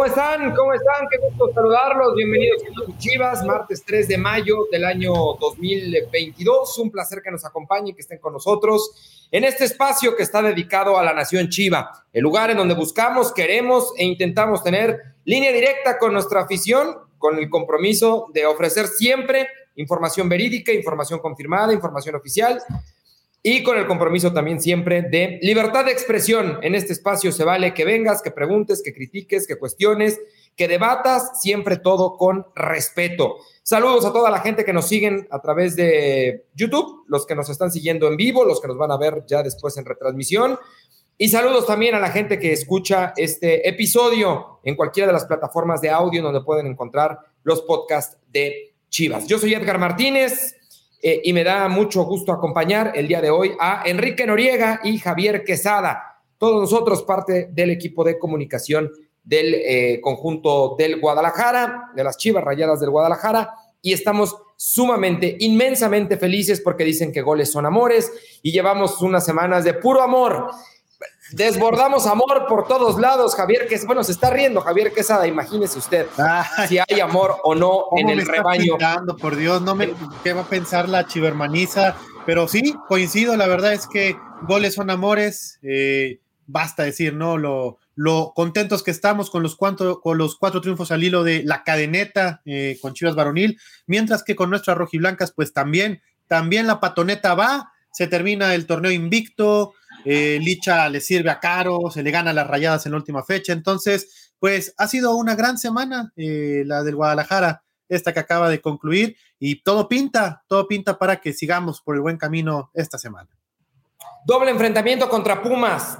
¿Cómo están? ¿Cómo están? Qué gusto saludarlos. Bienvenidos a Chivas, martes 3 de mayo del año 2022. Un placer que nos acompañen, que estén con nosotros en este espacio que está dedicado a la nación Chiva, el lugar en donde buscamos, queremos e intentamos tener línea directa con nuestra afición, con el compromiso de ofrecer siempre información verídica, información confirmada, información oficial, y con el compromiso también siempre de libertad de expresión. En este espacio se vale que vengas, que preguntes, que critiques, que cuestiones, que debatas, siempre todo con respeto. Saludos a toda la gente que nos siguen a través de YouTube, los que nos están siguiendo en vivo, los que nos van a ver ya después en retransmisión. Y saludos también a la gente que escucha este episodio en cualquiera de las plataformas de audio donde pueden encontrar los podcasts de Chivas. Yo soy Edgar Martínez. Y me da mucho gusto acompañar el día de hoy a Enrique Noriega y Javier Quesada, todos nosotros parte del equipo de comunicación del conjunto del Guadalajara, de las Chivas Rayadas del Guadalajara, y estamos sumamente, inmensamente felices porque dicen que goles son amores y llevamos unas semanas de puro amor. Desbordamos amor por todos lados, Javier, que bueno, se está riendo Javier Quesada, imagínese usted si hay amor o no en el rebaño. Pintando, por Dios, ¿qué va a pensar la chivermaniza? Pero sí, coincido, la verdad es que goles son amores, basta decir, ¿no? Lo contentos que estamos con los 4 triunfos al hilo de la cadeneta con Chivas Varonil, mientras que con nuestras rojiblancas, pues también la patoneta va, se termina el torneo invicto. Licha le sirve a Caro, se le gana a las Rayadas en la última fecha, entonces pues ha sido una gran semana la del Guadalajara, esta que acaba de concluir, y todo pinta para que sigamos por el buen camino esta semana. Doble enfrentamiento contra Pumas,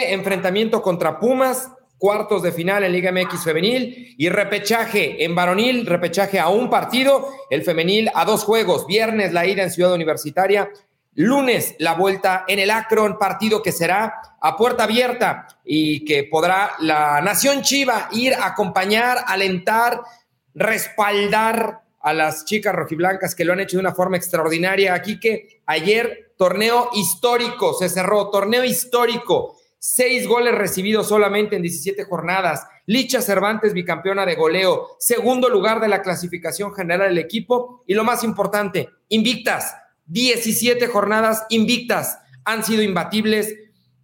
cuartos de final en Liga MX femenil y repechaje en varonil, repechaje a un partido, el femenil a 2 juegos, viernes la ida en Ciudad Universitaria, lunes la vuelta en el Akron, partido que será a puerta abierta y que podrá la Nación Chiva ir a acompañar, alentar, respaldar a las chicas rojiblancas que lo han hecho de una forma extraordinaria. Aquí que ayer torneo histórico, se cerró, torneo histórico, 6 goles recibidos solamente en 17 jornadas. Licha Cervantes, bicampeona de goleo, segundo lugar de la clasificación general del equipo y lo más importante, invictas. 17 jornadas invictas, han sido imbatibles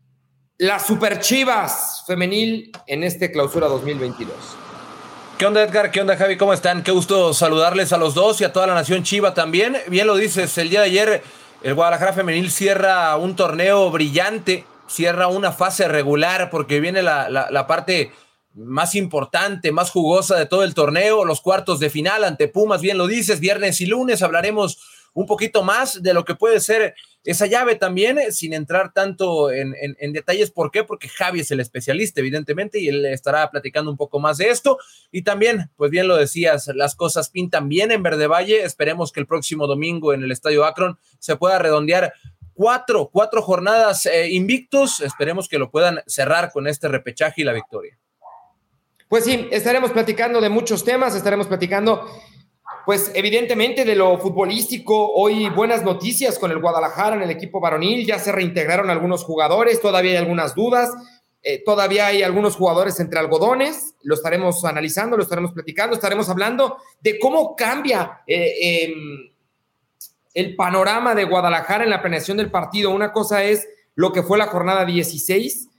las Super Chivas femenil en este clausura 2022. ¿Qué onda, Edgar? ¿Qué onda, Javi? ¿Cómo están? Qué gusto saludarles a los dos y a toda la nación Chiva también. Bien lo dices, el día de ayer el Guadalajara femenil cierra un torneo brillante, cierra una fase regular porque viene la parte más importante, más jugosa de todo el torneo, los cuartos de final ante Pumas, bien lo dices, viernes y lunes hablaremos un poquito más de lo que puede ser esa llave también, sin entrar tanto en detalles. ¿Por qué? Porque Javi es el especialista, evidentemente, y él estará platicando un poco más de esto. Y también, pues bien lo decías, las cosas pintan bien en Verde Valle. Esperemos que el próximo domingo en el Estadio Akron se pueda redondear cuatro jornadas invictos. Esperemos que lo puedan cerrar con este repechaje y la victoria. Pues sí, estaremos platicando de muchos temas, estaremos platicando pues evidentemente de lo futbolístico. Hoy buenas noticias con el Guadalajara en el equipo varonil, ya se reintegraron algunos jugadores, todavía hay algunas dudas, todavía hay algunos jugadores entre algodones, lo estaremos analizando, lo estaremos platicando, estaremos hablando de cómo cambia el panorama de Guadalajara en la planeación del partido. Una cosa es lo que fue la jornada 16,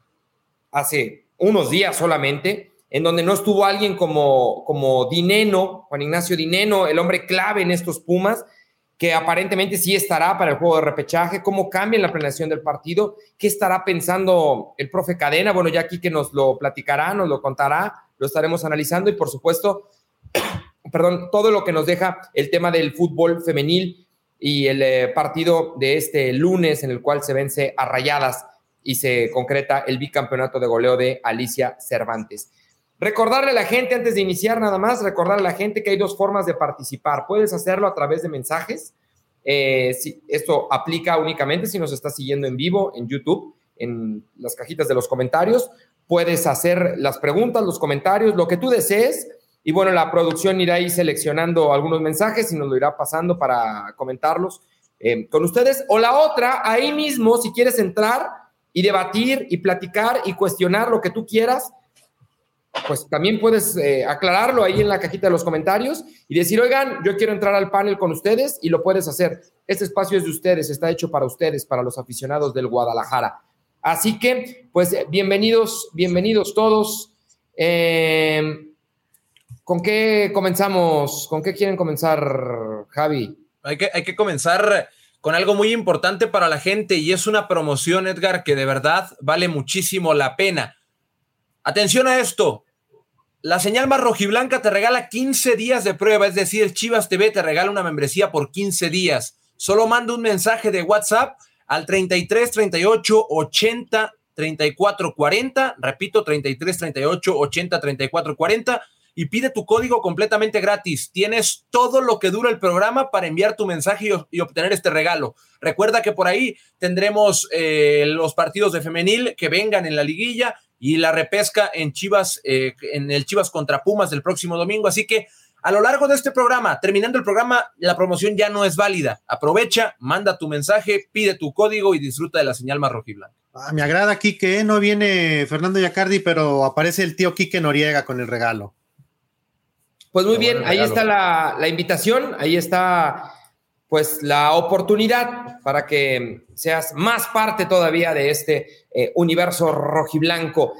hace unos días solamente, en donde no estuvo alguien como Dineno, Juan Ignacio Dineno, el hombre clave en estos Pumas, que aparentemente sí estará para el juego de repechaje. ¿Cómo cambia la planeación del partido? ¿Qué estará pensando el profe Cadena? Bueno, ya aquí que nos lo platicará, nos lo contará, lo estaremos analizando y por supuesto, todo lo que nos deja el tema del fútbol femenil y el partido de este lunes en el cual se vence a Rayadas y se concreta el bicampeonato de goleo de Alicia Cervantes. Recordarle a la gente, antes de iniciar nada más, recordarle a la gente que hay 2 formas de participar. Puedes hacerlo a través de mensajes. Esto aplica únicamente si nos estás siguiendo en vivo en YouTube, en las cajitas de los comentarios. Puedes hacer las preguntas, los comentarios, lo que tú desees. Y bueno, la producción irá ahí seleccionando algunos mensajes y nos lo irá pasando para comentarlos con ustedes. O la otra, ahí mismo, si quieres entrar y debatir y platicar y cuestionar lo que tú quieras, pues también puedes aclararlo ahí en la cajita de los comentarios y decir, oigan, yo quiero entrar al panel con ustedes, y lo puedes hacer. Este espacio es de ustedes, está hecho para ustedes, para los aficionados del Guadalajara. Así que, pues, bienvenidos todos. ¿Con qué comenzamos? ¿Con qué quieren comenzar, Javi? Hay que comenzar con algo muy importante para la gente, y es una promoción, Edgar, que de verdad vale muchísimo la pena. Atención a esto. La señal más rojiblanca te regala 15 días de prueba, es decir, Chivas TV te regala una membresía por 15 días. Solo manda un mensaje de WhatsApp al 33 38 80 34 40, repito, 33 38 80 34 40, y pide tu código completamente gratis. Tienes todo lo que dura el programa para enviar tu mensaje y obtener este regalo. Recuerda que por ahí tendremos los partidos de femenil que vengan en la liguilla y la repesca en Chivas, en el Chivas contra Pumas del próximo domingo. Así que a lo largo de este programa, terminando el programa, la promoción ya no es válida. Aprovecha, manda tu mensaje, pide tu código y disfruta de la señal más rojiblanca. Me agrada, Quique, no viene Fernando Yacardi, pero aparece el tío Quique Noriega con el regalo. Pues muy bien, ahí está la invitación, ahí está pues la oportunidad para que seas más parte todavía de este universo rojiblanco.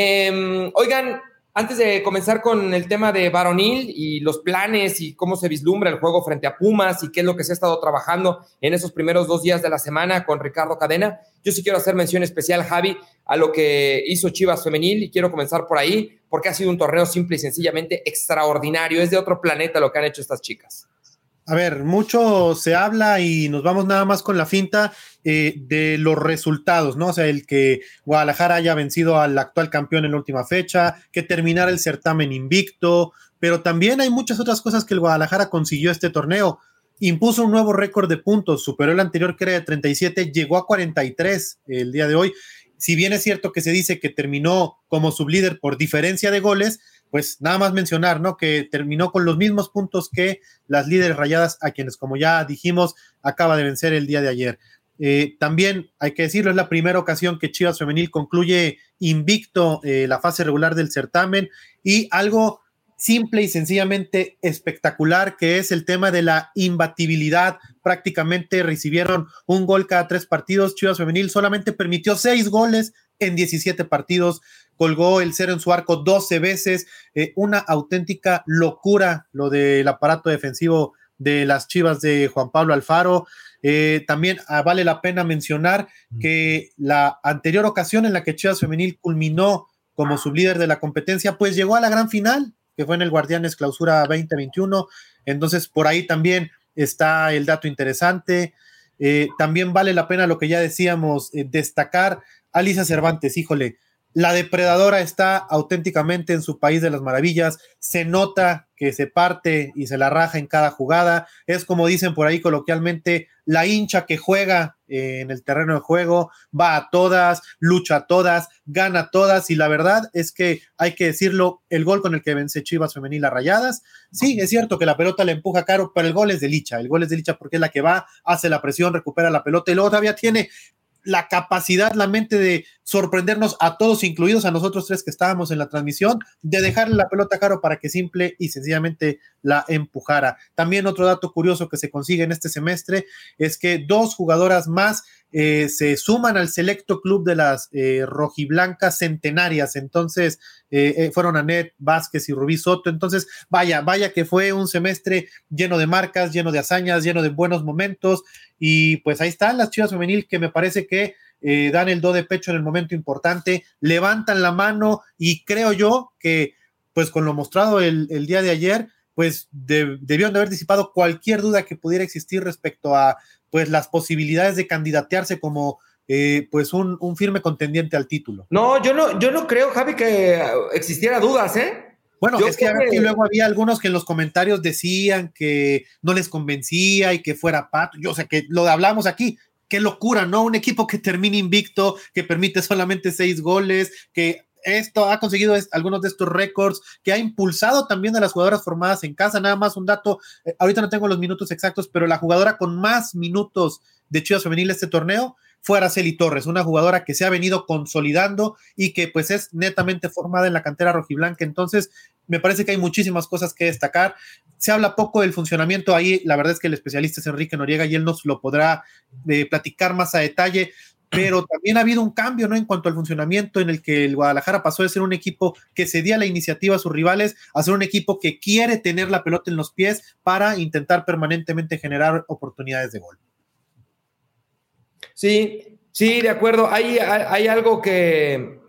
Oigan, antes de comenzar con el tema de varonil y los planes y cómo se vislumbra el juego frente a Pumas y qué es lo que se ha estado trabajando en esos primeros 2 días de la semana con Ricardo Cadena, yo sí quiero hacer mención especial, Javi, a lo que hizo Chivas Femenil, y quiero comenzar por ahí porque ha sido un torneo simple y sencillamente extraordinario. Es de otro planeta lo que han hecho estas chicas. A ver, mucho se habla y nos vamos nada más con la finta de los resultados, ¿no? O sea, el que Guadalajara haya vencido al actual campeón en la última fecha, que terminara el certamen invicto, pero también hay muchas otras cosas que el Guadalajara consiguió este torneo. Impuso un nuevo récord de puntos, superó el anterior que era de 37, llegó a 43 el día de hoy. Si bien es cierto que se dice que terminó como sublíder por diferencia de goles, pues nada más mencionar, ¿no? Que terminó con los mismos puntos que las líderes Rayadas, a quienes, como ya dijimos, acaba de vencer el día de ayer. También hay que decirlo, es la primera ocasión que Chivas Femenil concluye invicto la fase regular del certamen, y algo simple y sencillamente espectacular, que es el tema de la imbatibilidad. Prácticamente recibieron un gol cada 3 partidos. Chivas Femenil solamente permitió 6 goles en 17 partidos, colgó el 0 en su arco 12 veces, una auténtica locura lo del aparato defensivo de las Chivas de Juan Pablo Alfaro. También vale la pena mencionar que la anterior ocasión en la que Chivas Femenil culminó como sublíder de la competencia, pues llegó a la gran final, que fue en el Guardianes Clausura 2021, entonces por ahí también está el dato interesante. También vale la pena lo que ya decíamos, destacar a Alicia Cervantes. Híjole, la depredadora está auténticamente en su país de las maravillas, se nota que se parte y se la raja en cada jugada, es como dicen por ahí coloquialmente, la hincha que juega en el terreno de juego, va a todas, lucha a todas, gana a todas, y la verdad es que hay que decirlo, el gol con el que vence Chivas Femenil a Rayadas, sí, es cierto que la pelota le empuja Caro, pero el gol es de Licha porque es la que va, hace la presión, recupera la pelota, y luego todavía tiene la capacidad, la mente de sorprendernos a todos, incluidos a nosotros 3 que estábamos en la transmisión, de dejarle la pelota a Caro para que simple y sencillamente la empujara. También otro dato curioso que se consigue en este semestre es que 2 jugadoras más se suman al selecto club de las rojiblancas centenarias. Entonces fueron Anet Vázquez y Rubí Soto. Entonces vaya que fue un semestre lleno de marcas, lleno de hazañas, lleno de buenos momentos, y pues ahí están las Chivas Femenil, que me parece que dan el do de pecho en el momento importante, levantan la mano, y creo yo que pues con lo mostrado el día de ayer, pues debieron de haber disipado cualquier duda que pudiera existir respecto a pues las posibilidades de candidatearse como pues un firme contendiente al título. No, yo no creo, Javi, que existiera dudas, ¿eh? Bueno, es que luego había algunos que en los comentarios decían que no les convencía y que fuera Pato. Yo sé que lo hablamos aquí. Qué locura, ¿no? Un equipo que termina invicto, que permite solamente 6 goles, que esto ha conseguido algunos de estos récords, que ha impulsado también a las jugadoras formadas en casa. Nada más un dato, ahorita no tengo los minutos exactos, pero la jugadora con más minutos de Chivas Femenil este torneo fue Araceli Torres, una jugadora que se ha venido consolidando y que pues es netamente formada en la cantera rojiblanca. Entonces me parece que hay muchísimas cosas que destacar. Se habla poco del funcionamiento ahí, la verdad es que el especialista es Enrique Noriega y él nos lo podrá platicar más a detalle, pero también ha habido un cambio, ¿no? En cuanto al funcionamiento, en el que el Guadalajara pasó de ser un equipo que cedía la iniciativa a sus rivales a ser un equipo que quiere tener la pelota en los pies para intentar permanentemente generar oportunidades de gol. Sí, de acuerdo. Hay algo que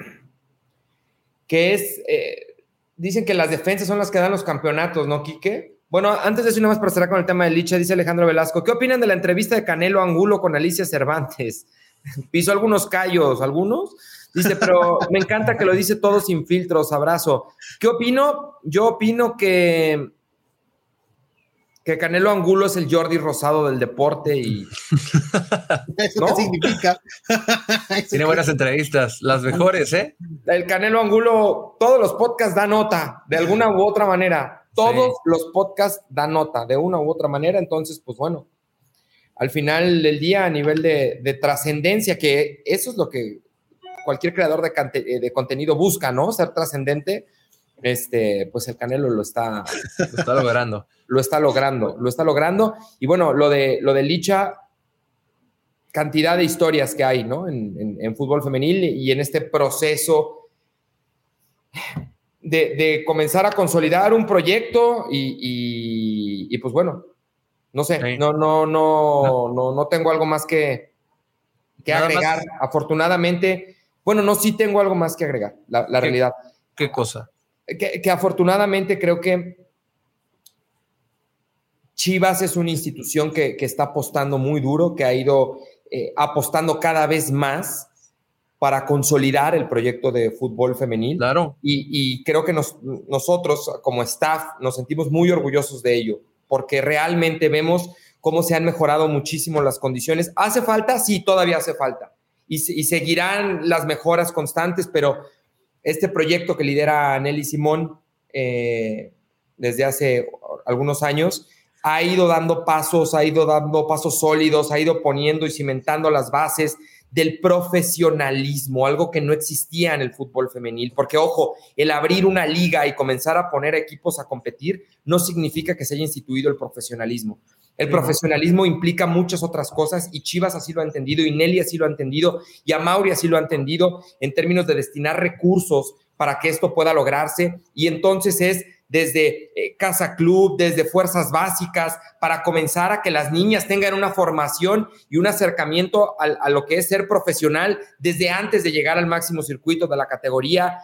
es, dicen que las defensas son las que dan los campeonatos, ¿no, Quique? Bueno, antes de eso, nada más para cerrar con el tema de Licha, dice Alejandro Velasco, ¿qué opinan de la entrevista de Canelo Angulo con Alicia Cervantes? Pisó algunos callos, algunos. Dice, pero me encanta que lo dice todo sin filtros, abrazo. ¿Qué opino? Yo opino que Canelo Angulo es el Jordi Rosado del deporte y... ¿Eso qué significa? Tiene buenas entrevistas, las mejores, ¿eh? El Canelo Angulo, todos los podcasts dan nota, de alguna u otra manera. Todos los podcasts dan nota, de una u otra manera. Entonces, pues bueno, al final del día, a nivel de trascendencia, que eso es lo que cualquier creador de contenido busca, ¿no? Ser trascendente. Pues el Canelo lo está logrando. Lo está logrando. Y bueno, lo de Licha, cantidad de historias que hay, ¿no? En fútbol femenil y en este proceso de comenzar a consolidar un proyecto y pues bueno, no sé, sí. No tengo algo más que agregar. Más. Afortunadamente, bueno, no, sí tengo algo más que agregar, la realidad. ¿Qué cosa? Que afortunadamente creo que Chivas es una institución que está apostando muy duro, que ha ido apostando cada vez más para consolidar el proyecto de fútbol femenil. Claro. Y creo que nosotros como staff nos sentimos muy orgullosos de ello, porque realmente vemos cómo se han mejorado muchísimo las condiciones. ¿Hace falta? Sí, todavía hace falta. Y seguirán las mejoras constantes, pero este proyecto que lidera Nelly Simón desde hace algunos años ha ido dando pasos sólidos, ha ido poniendo y cimentando las bases del profesionalismo, algo que no existía en el fútbol femenil, porque ojo, el abrir una liga y comenzar a poner equipos a competir no significa que se haya instituido el profesionalismo. El profesionalismo implica muchas otras cosas y Chivas así lo ha entendido y Nelly así lo ha entendido y Amaury así lo ha entendido en términos de destinar recursos para que esto pueda lograrse, y entonces es desde Casa Club, desde fuerzas básicas, para comenzar a que las niñas tengan una formación y un acercamiento a lo que es ser profesional desde antes de llegar al máximo circuito de la categoría.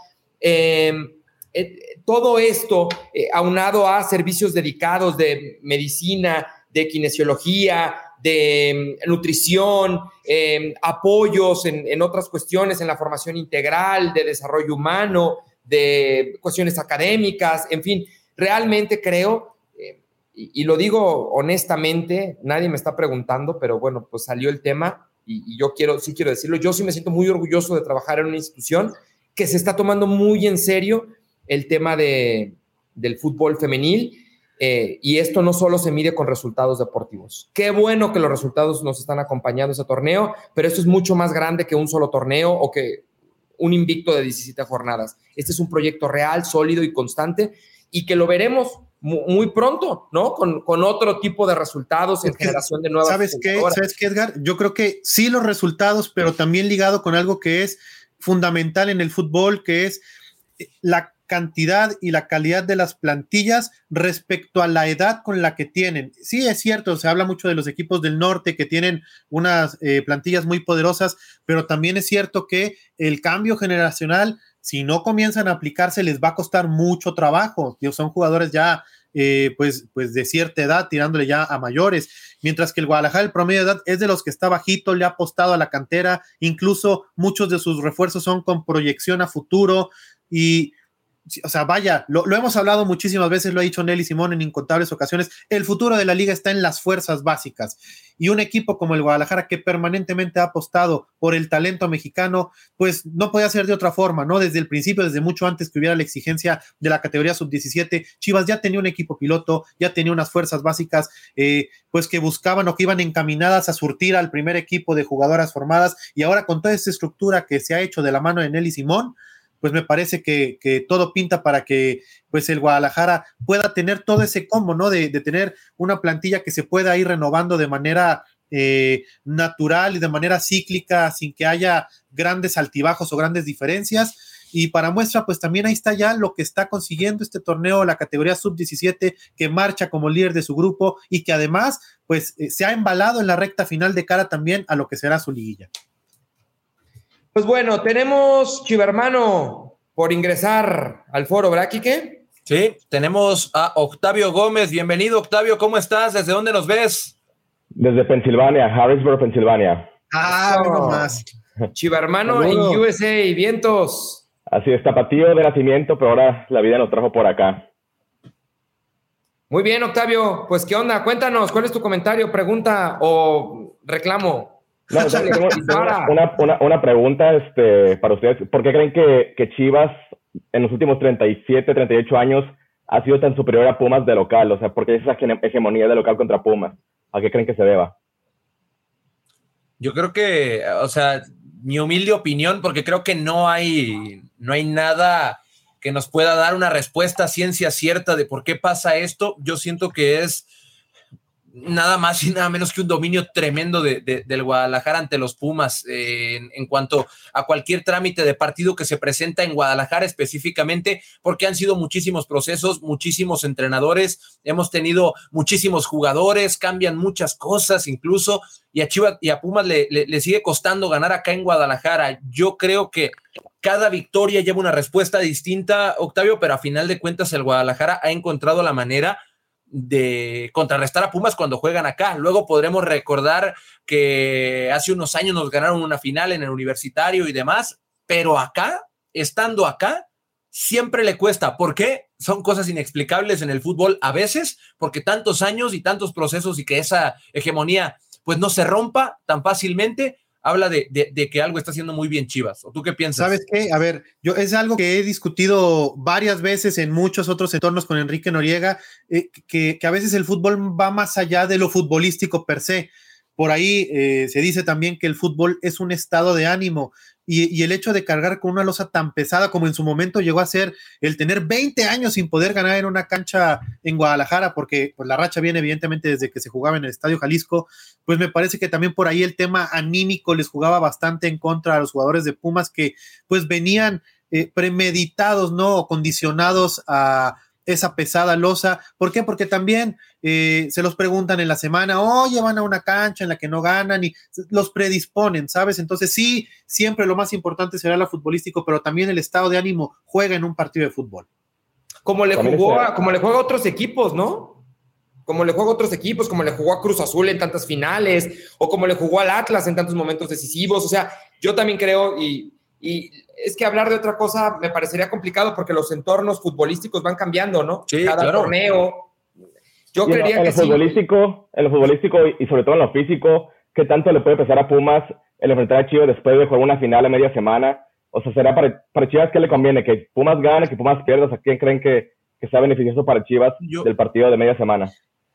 Todo esto aunado a servicios dedicados de medicina, de kinesiología, de nutrición, apoyos en otras cuestiones, en la formación integral, de desarrollo humano, de cuestiones académicas, en fin, realmente creo, y lo digo honestamente, nadie me está preguntando, pero bueno, pues salió el tema y yo quiero decirlo, yo sí me siento muy orgulloso de trabajar en una institución que se está tomando muy en serio el tema del fútbol femenil, y esto no solo se mide con resultados deportivos. Qué bueno que los resultados nos están acompañando ese torneo, pero esto es mucho más grande que un solo torneo o que un invicto de 17 jornadas. Este es un proyecto real, sólido y constante, y que lo veremos muy pronto, ¿no? Con otro tipo de resultados en generación de nuevas. ¿Sabes qué, Edgar? Yo creo que sí los resultados, pero también ligado con algo que es fundamental en el fútbol, que es la cantidad y la calidad de las plantillas respecto a la edad con la que tienen. Sí, es cierto, se habla mucho de los equipos del norte que tienen unas plantillas muy poderosas, pero también es cierto que el cambio generacional, si no comienzan a aplicarse, les va a costar mucho trabajo. Son jugadores ya pues de cierta edad, tirándole ya a mayores, mientras que el Guadalajara, el promedio de edad es de los que está bajito, le ha apostado a la cantera, incluso muchos de sus refuerzos son con proyección a futuro, y o sea, vaya, lo hemos hablado muchísimas veces, lo ha dicho Nelly Simón en incontables ocasiones, el futuro de la liga está en las fuerzas básicas, y un equipo como el Guadalajara que permanentemente ha apostado por el talento mexicano, pues no podía ser de otra forma, ¿no? Desde el principio, desde mucho antes que hubiera la exigencia de la categoría sub-17, Chivas ya tenía un equipo piloto, ya tenía unas fuerzas básicas, pues que buscaban o que iban encaminadas a surtir al primer equipo de jugadoras formadas, y ahora con toda esta estructura que se ha hecho de la mano de Nelly Simón, pues me parece que todo pinta para que pues el Guadalajara pueda tener todo ese combo, ¿no? De tener una plantilla que se pueda ir renovando de manera natural y de manera cíclica, sin que haya grandes altibajos o grandes diferencias. Y para muestra, pues también ahí está ya lo que está consiguiendo este torneo, la categoría sub-17, que marcha como líder de su grupo y que además, pues se ha embalado en la recta final de cara también a lo que será su liguilla. Pues bueno, tenemos, Chivermano, por ingresar al foro, ¿verdad, Quique? Sí, tenemos a Octavio Gómez. Bienvenido, Octavio, ¿cómo estás? ¿Desde dónde nos ves? Desde Pensilvania, Harrisburg, Pensilvania. No más. Chivermano en USA, vientos. Así es, tapatío de nacimiento, pero ahora la vida nos trajo por acá. Muy bien, Octavio. Pues, ¿qué onda? Cuéntanos, ¿cuál es tu comentario, pregunta o reclamo? No, tengo una pregunta para ustedes. ¿Por qué creen que Chivas en los últimos 37, 38 años ha sido tan superior a Pumas de local? O sea, ¿por qué esa hegemonía de local contra Pumas? ¿A qué creen que se deba? Yo creo que, o sea, mi humilde opinión, porque creo que no hay nada que nos pueda dar una respuesta a ciencia cierta de por qué pasa esto. Yo siento que es nada más y nada menos que un dominio tremendo del Guadalajara ante los Pumas en cuanto a cualquier trámite de partido que se presenta en Guadalajara específicamente, porque han sido muchísimos procesos, muchísimos entrenadores, hemos tenido muchísimos jugadores, cambian muchas cosas incluso, y a Chivas y a Pumas le sigue costando ganar acá en Guadalajara. Yo creo que cada victoria lleva una respuesta distinta, Octavio, pero a final de cuentas el Guadalajara ha encontrado la manera de contrarrestar a Pumas cuando juegan acá. Luego podremos recordar que hace unos años nos ganaron una final en el Universitario y demás, pero acá, estando acá, siempre le cuesta. ¿Por qué? Son cosas inexplicables en el fútbol a veces, porque tantos años y tantos procesos y que esa hegemonía pues no se rompa tan fácilmente, habla de que algo está haciendo muy bien Chivas. ¿O tú qué piensas? ¿Sabes qué? A ver, es algo que he discutido varias veces en muchos otros entornos con Enrique Noriega, que a veces el fútbol va más allá de lo futbolístico per se. Por ahí se dice también que el fútbol es un estado de ánimo y el hecho de cargar con una losa tan pesada como en su momento llegó a ser el tener 20 años sin poder ganar en una cancha en Guadalajara, porque pues, la racha viene evidentemente desde que se jugaba en el Estadio Jalisco, pues me parece que también por ahí el tema anímico les jugaba bastante en contra a los jugadores de Pumas que pues venían premeditados, ¿no? O condicionados a esa pesada losa. ¿Por qué? Porque también se los preguntan en la semana, oye, van a una cancha en la que no ganan y los predisponen, ¿sabes? Entonces sí, siempre lo más importante será lo futbolístico, pero también el estado de ánimo juega en un partido de fútbol. Como le juega a otros equipos, ¿no? Como le juega a otros equipos, como le jugó a Cruz Azul en tantas finales, o como le jugó al Atlas en tantos momentos decisivos. O sea, yo también creo, y es que hablar de otra cosa me parecería complicado porque los entornos futbolísticos van cambiando, ¿no? Sí, cada claro. Torneo. Yo creería que sí. En lo futbolístico y sobre todo en lo físico, ¿qué tanto le puede pesar a Pumas el enfrentar a Chivas después de jugar una final a media semana? O sea, ¿será para Chivas qué le conviene? ¿Que Pumas gane, que Pumas pierda? O sea, ¿quién creen que sea beneficioso para Chivas del partido de media semana?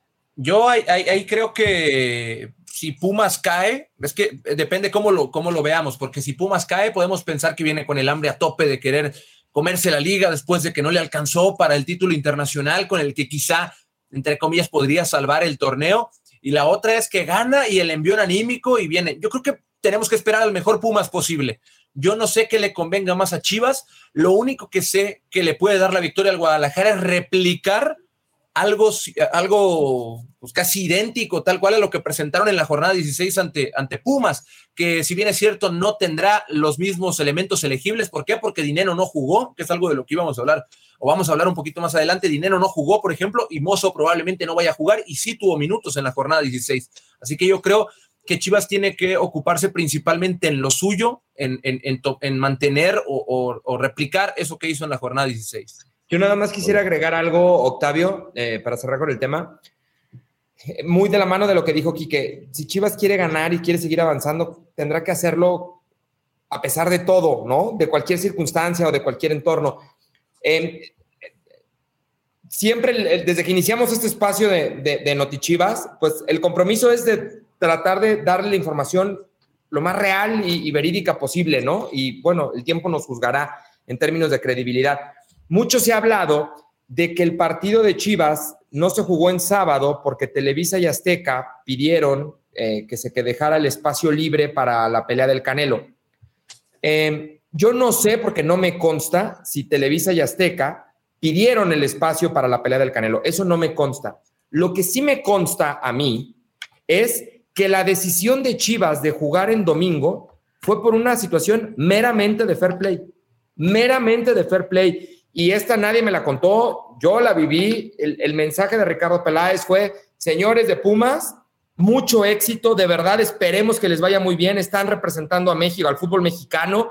Yo ahí creo que si Pumas cae, es que depende cómo lo veamos, porque si Pumas cae podemos pensar que viene con el hambre a tope de querer comerse la liga después de que no le alcanzó para el título internacional con el que quizá, entre comillas, podría salvar el torneo, y la otra es que gana y el envión anímico y viene. Yo creo que tenemos que esperar al mejor Pumas posible. Yo no sé qué le convenga más a Chivas, lo único que sé que le puede dar la victoria al Guadalajara es replicar algo pues casi idéntico, tal cual a lo que presentaron en la jornada 16 ante Pumas, que si bien es cierto no tendrá los mismos elementos elegibles. ¿Por qué? Porque Dineno no jugó, que es algo de lo que íbamos a hablar, o vamos a hablar un poquito más adelante. Dineno no jugó, por ejemplo, y Mozo probablemente no vaya a jugar, y sí tuvo minutos en la jornada 16. Así que yo creo que Chivas tiene que ocuparse principalmente en lo suyo, en mantener o replicar eso que hizo en la jornada 16. Yo nada más quisiera agregar algo, Octavio, para cerrar con el tema. Muy de la mano de lo que dijo Quique. Si Chivas quiere ganar y quiere seguir avanzando, tendrá que hacerlo a pesar de todo, ¿no? De cualquier circunstancia o de cualquier entorno. Siempre, desde que iniciamos este espacio de NotiChivas, pues el compromiso es de tratar de darle la información lo más real y verídica posible, ¿no? Y bueno, el tiempo nos juzgará en términos de credibilidad. Mucho se ha hablado de que el partido de Chivas no se jugó en sábado porque Televisa y Azteca pidieron que se dejara el espacio libre para la pelea del Canelo. Yo no sé, porque no me consta, si Televisa y Azteca pidieron el espacio para la pelea del Canelo. Eso no me consta. Lo que sí me consta a mí es que la decisión de Chivas de jugar en domingo fue por una situación meramente de fair play. Meramente de fair play. Y esta nadie me la contó, yo la viví. El mensaje de Ricardo Peláez fue: señores de Pumas, mucho éxito, de verdad esperemos que les vaya muy bien, están representando a México, al fútbol mexicano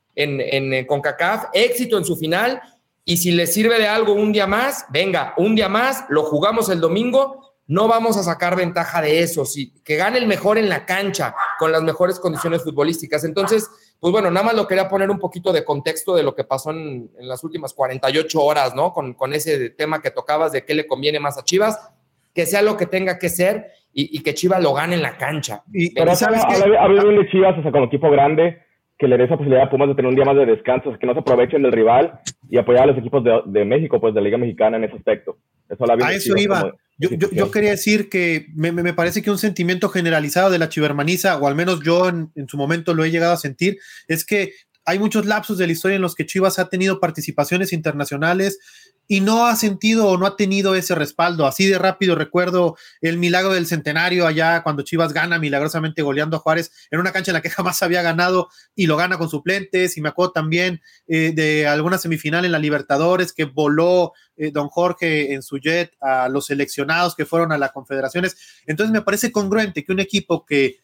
en CONCACAF, éxito en su final, y si les sirve de algo un día más, venga, un día más, lo jugamos el domingo, no vamos a sacar ventaja de eso, sí, que gane el mejor en la cancha, con las mejores condiciones futbolísticas. Entonces, pues bueno, nada más lo quería poner un poquito de contexto de lo que pasó en las últimas 48 horas, ¿no? Con ese tema que tocabas de qué le conviene más a Chivas, que sea lo que tenga que ser y que Chivas lo gane en la cancha. Pero habla bien de Chivas, o sea, como equipo grande, que le dé esa posibilidad a Pumas de tener un día más de descanso, o sea, que no se aprovechen del rival y apoyar a los equipos de México, pues de la Liga Mexicana en ese aspecto. Eso habla bien de eso Chivas, iba. Yo quería decir que me parece que un sentimiento generalizado de la chivermaniza, o al menos yo en su momento lo he llegado a sentir, es que hay muchos lapsos de la historia en los que Chivas ha tenido participaciones internacionales y no ha sentido o no ha tenido ese respaldo. Así de rápido recuerdo el milagro del centenario allá cuando Chivas gana milagrosamente goleando a Juárez en una cancha en la que jamás había ganado y lo gana con suplentes. Y me acuerdo también de alguna semifinal en la Libertadores que voló don Jorge en su jet a los seleccionados que fueron a las confederaciones. Entonces me parece congruente que un equipo que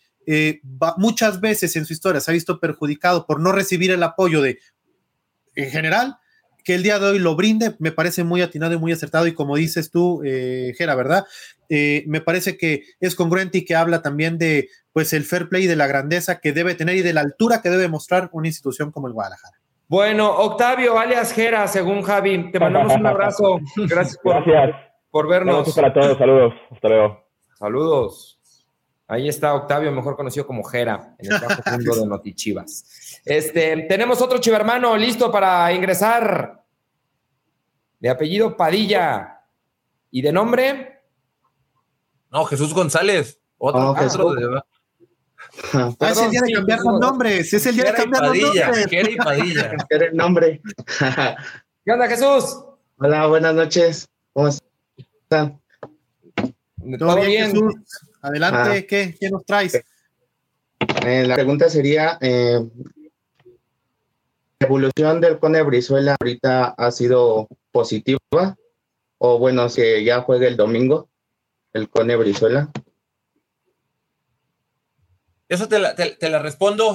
muchas veces en su historia se ha visto perjudicado por no recibir el apoyo en general, que el día de hoy lo brinde, me parece muy atinado y muy acertado, y como dices tú, Jera, ¿verdad? Me parece que es congruente y que habla también de, pues, el fair play, de la grandeza que debe tener y de la altura que debe mostrar una institución como el Guadalajara. Bueno, Octavio, alias Jera, según Javi, te mandamos un abrazo. Gracias por vernos. Gracias para todos, saludos, hasta luego. Saludos. Ahí está Octavio, mejor conocido como Jera, en el bajo mundo de NotiChivas. Tenemos otro chivermano listo para ingresar. De apellido Padilla. ¿Y de nombre? No, Jesús González. Otro. Es el día de cambiar los nombres. Es el día de cambiar los nombres. Jera y Padilla. Cambiar el nombre. ¿Qué onda, Jesús? Hola, buenas noches. ¿Cómo están? ¿Todo bien? Jesús. Adelante, ¿qué nos traes? La pregunta sería, ¿la evolución del Cone Brizuela ahorita ha sido positiva? O bueno, si ya juegue el domingo, el Cone Brizuela. Eso te la respondo.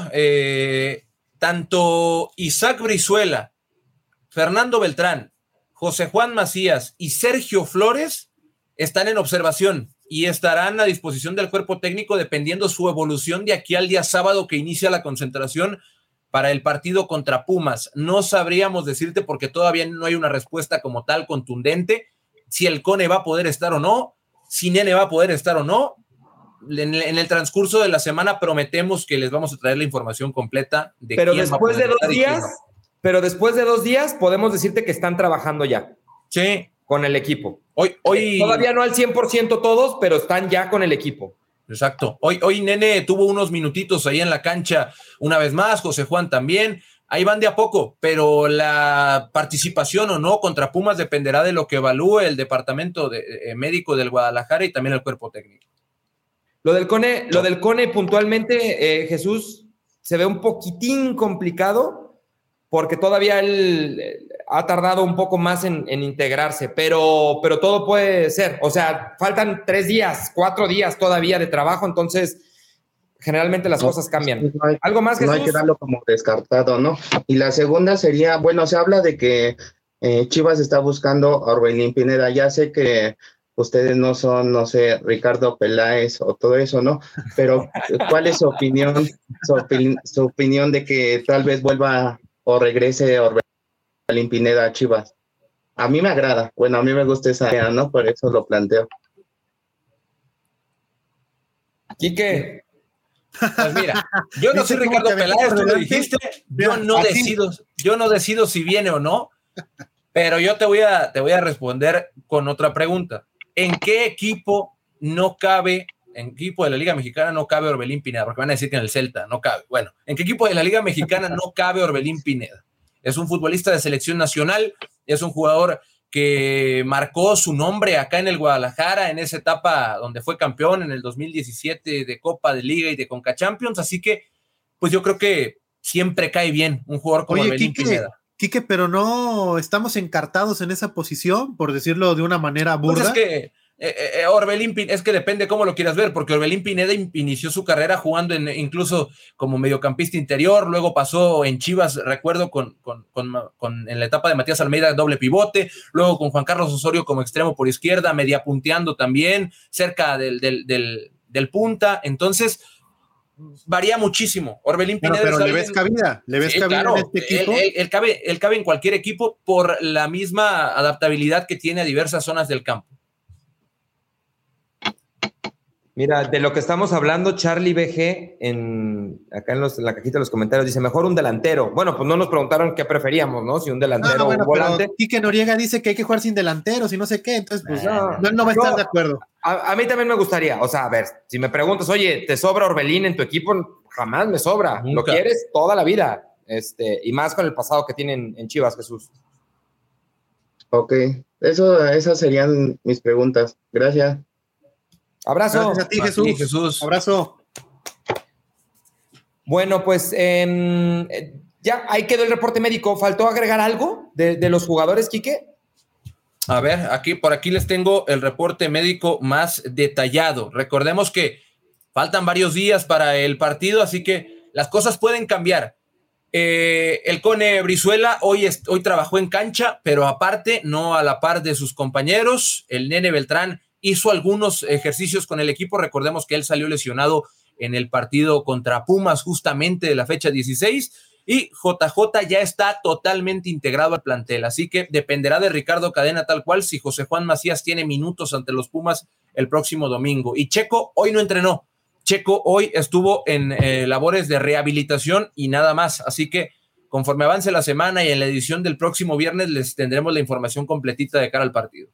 Tanto Isaac Brizuela, Fernando Beltrán, José Juan Macías y Sergio Flores están en observación y estarán a disposición del cuerpo técnico dependiendo su evolución de aquí al día sábado que inicia la concentración para el partido contra Pumas. No sabríamos decirte porque todavía no hay una respuesta como tal contundente si el Cone va a poder estar o no, si Nene va a poder estar o no. En el transcurso de la semana prometemos que les vamos a traer la información completa de pero quién después va a de 2 días, pero después de 2 días podemos decirte que están trabajando ya. Sí. Con el equipo. Hoy todavía no al 100% todos, pero están ya con el equipo. Exacto. Hoy Nene tuvo unos minutitos ahí en la cancha una vez más, José Juan también. Ahí van de a poco, pero la participación o no contra Pumas dependerá de lo que evalúe el departamento médico del Guadalajara y también el cuerpo técnico. Lo del Cone puntualmente, Jesús, se ve un poquitín complicado porque todavía él ha tardado un poco más en integrarse, pero todo puede ser. O sea, faltan 3 días, 4 días todavía de trabajo, entonces generalmente las cosas cambian. ¿Algo más, Jesús? No hay que darlo como descartado, ¿no? Y la segunda sería, bueno, se habla de que Chivas está buscando a Orbelín Pineda. Ya sé que ustedes no son, no sé, Ricardo Peláez o todo eso, ¿no? Pero ¿cuál es su opinión, su opinión de que tal vez vuelva o regrese Orbelín Pineda a Chivas? A mí me agrada, bueno, a mí me gusta esa idea, ¿no? Por eso lo planteo. Quique. Pues mira, yo no soy Ricardo Peláez, tú lo dijiste, yo no decido si viene o no, pero yo te voy a responder con otra pregunta. ¿En qué equipo de la Liga Mexicana no cabe Orbelín Pineda? Porque van a decir que en el Celta no cabe. Bueno, ¿en qué equipo de la Liga Mexicana no cabe Orbelín Pineda? Es un futbolista de selección nacional, es un jugador que marcó su nombre acá en el Guadalajara en esa etapa donde fue campeón en el 2017 de Copa, de Liga y de Conca Champions, así que pues yo creo que siempre cae bien un jugador como Orbelín Pineda. Quique, pero no estamos encartados en esa posición, por decirlo de una manera burda. Pues es que Orbelín, es que depende cómo lo quieras ver, porque Orbelín Pineda inició su carrera jugando incluso como mediocampista interior, luego pasó en Chivas, recuerdo, en la etapa de Matías Almeida, doble pivote, luego con Juan Carlos Osorio como extremo por izquierda, media punteando también, cerca del punta, entonces varía muchísimo. Orbelín Pineda. Pero ¿le ves cabida? Claro, en este equipo? Él cabe en cualquier equipo por la misma adaptabilidad que tiene a diversas zonas del campo. Mira, de lo que estamos hablando, Charlie BG, acá en la cajita de los comentarios, dice, mejor un delantero. Bueno, pues no nos preguntaron qué preferíamos, ¿no? Si un delantero o un volante. Quique Noriega dice que hay que jugar sin delanteros y no sé qué, entonces pues no va a estar de acuerdo. A mí también me gustaría, o sea, a ver, si me preguntas, oye, ¿te sobra Orbelín en tu equipo? Jamás me sobra. Nunca. Lo quieres toda la vida. Y más con el pasado que tienen en Chivas, Jesús. Ok, esas serían mis preguntas. Gracias. Abrazo. Gracias a ti, Jesús. Abrazo. Bueno, pues ya ahí quedó el reporte médico. ¿Faltó agregar algo de los jugadores, Quique? A ver, por aquí les tengo el reporte médico más detallado. Recordemos que faltan varios días para el partido, así que las cosas pueden cambiar. El Cone Brizuela hoy trabajó en cancha, pero aparte, no a la par de sus compañeros. El Nene Beltrán hizo algunos ejercicios con el equipo. Recordemos que él salió lesionado en el partido contra Pumas justamente de la fecha 16 y JJ ya está totalmente integrado al plantel, así que dependerá de Ricardo Cadena tal cual si José Juan Macías tiene minutos ante los Pumas el próximo domingo. Y Checo hoy no entrenó, Checo hoy estuvo en labores de rehabilitación y nada más, así que conforme avance la semana y en la edición del próximo viernes les tendremos la información completita de cara al partido.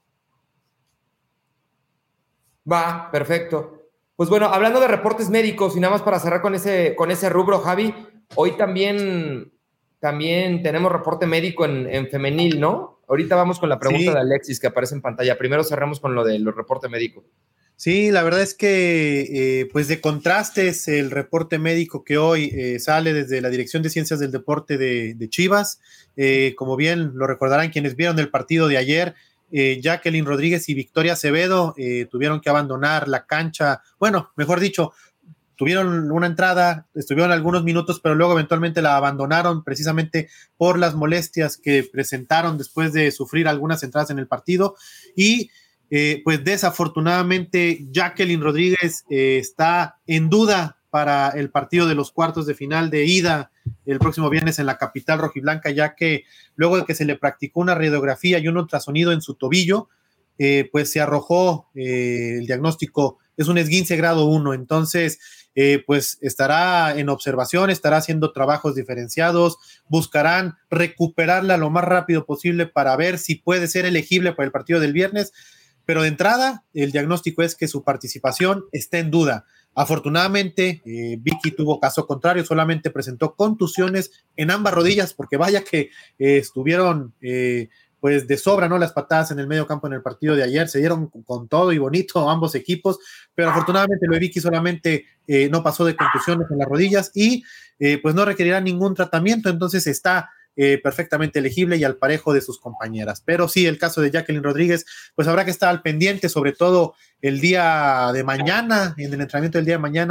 Va, perfecto. Pues bueno, hablando de reportes médicos y nada más para cerrar con ese rubro, Javi, hoy también tenemos reporte médico en femenil, ¿no? Ahorita vamos con la pregunta de Alexis que aparece en pantalla. Primero cerramos con lo del reporte médico. Sí, la verdad es que pues de contrastes el reporte médico que hoy sale desde la Dirección de Ciencias del Deporte de Chivas. Como bien lo recordarán quienes vieron el partido de ayer, Jacqueline Rodríguez y Victoria Acevedo tuvieron que abandonar la cancha, bueno, mejor dicho, tuvieron una entrada, estuvieron algunos minutos, pero luego eventualmente la abandonaron precisamente por las molestias que presentaron después de sufrir algunas entradas en el partido y pues desafortunadamente Jacqueline Rodríguez está en duda para el partido de los cuartos de final de ida el próximo viernes en la capital rojiblanca, ya que luego de que se le practicó una radiografía y un ultrasonido en su tobillo, pues se arrojó el diagnóstico, es un esguince grado 1, entonces pues estará en observación, estará haciendo trabajos diferenciados, buscarán recuperarla lo más rápido posible para ver si puede ser elegible para el partido del viernes, pero de entrada el diagnóstico es que su participación está en duda. Afortunadamente, Vicky tuvo caso contrario, solamente presentó contusiones en ambas rodillas, porque vaya que estuvieron pues de sobra, ¿no? Las patadas en el medio campo en el partido de ayer, se dieron con todo y bonito ambos equipos, pero afortunadamente lo de Vicky solamente no pasó de contusiones en las rodillas y pues no requerirá ningún tratamiento, entonces está perfectamente elegible y al parejo de sus compañeras. Pero sí, el caso de Jacqueline Rodríguez, pues habrá que estar al pendiente, sobre todo el día de mañana, en el entrenamiento del día de mañana,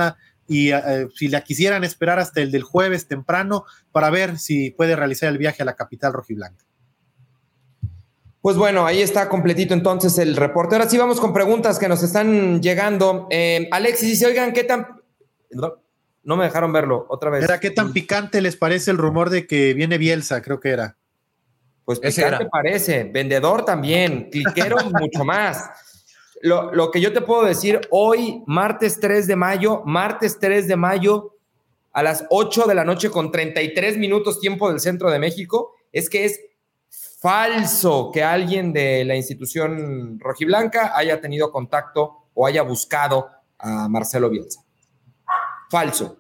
y si la quisieran esperar hasta el del jueves temprano para ver si puede realizar el viaje a la capital rojiblanca. Pues bueno, ahí está completito entonces el reporte. Ahora sí vamos con preguntas que nos están llegando. Alexis dice, oigan, ¿qué tan...? No me dejaron verlo otra vez. ¿Qué tan picante les parece el rumor de que viene Bielsa? Creo que era. Pues picante parece, vendedor también, cliquero mucho más. Lo que yo te puedo decir hoy, martes 3 de mayo, a las 8 de la noche con 33 minutos tiempo del centro de México, es que es falso que alguien de la institución rojiblanca haya tenido contacto o haya buscado a Marcelo Bielsa. Falso.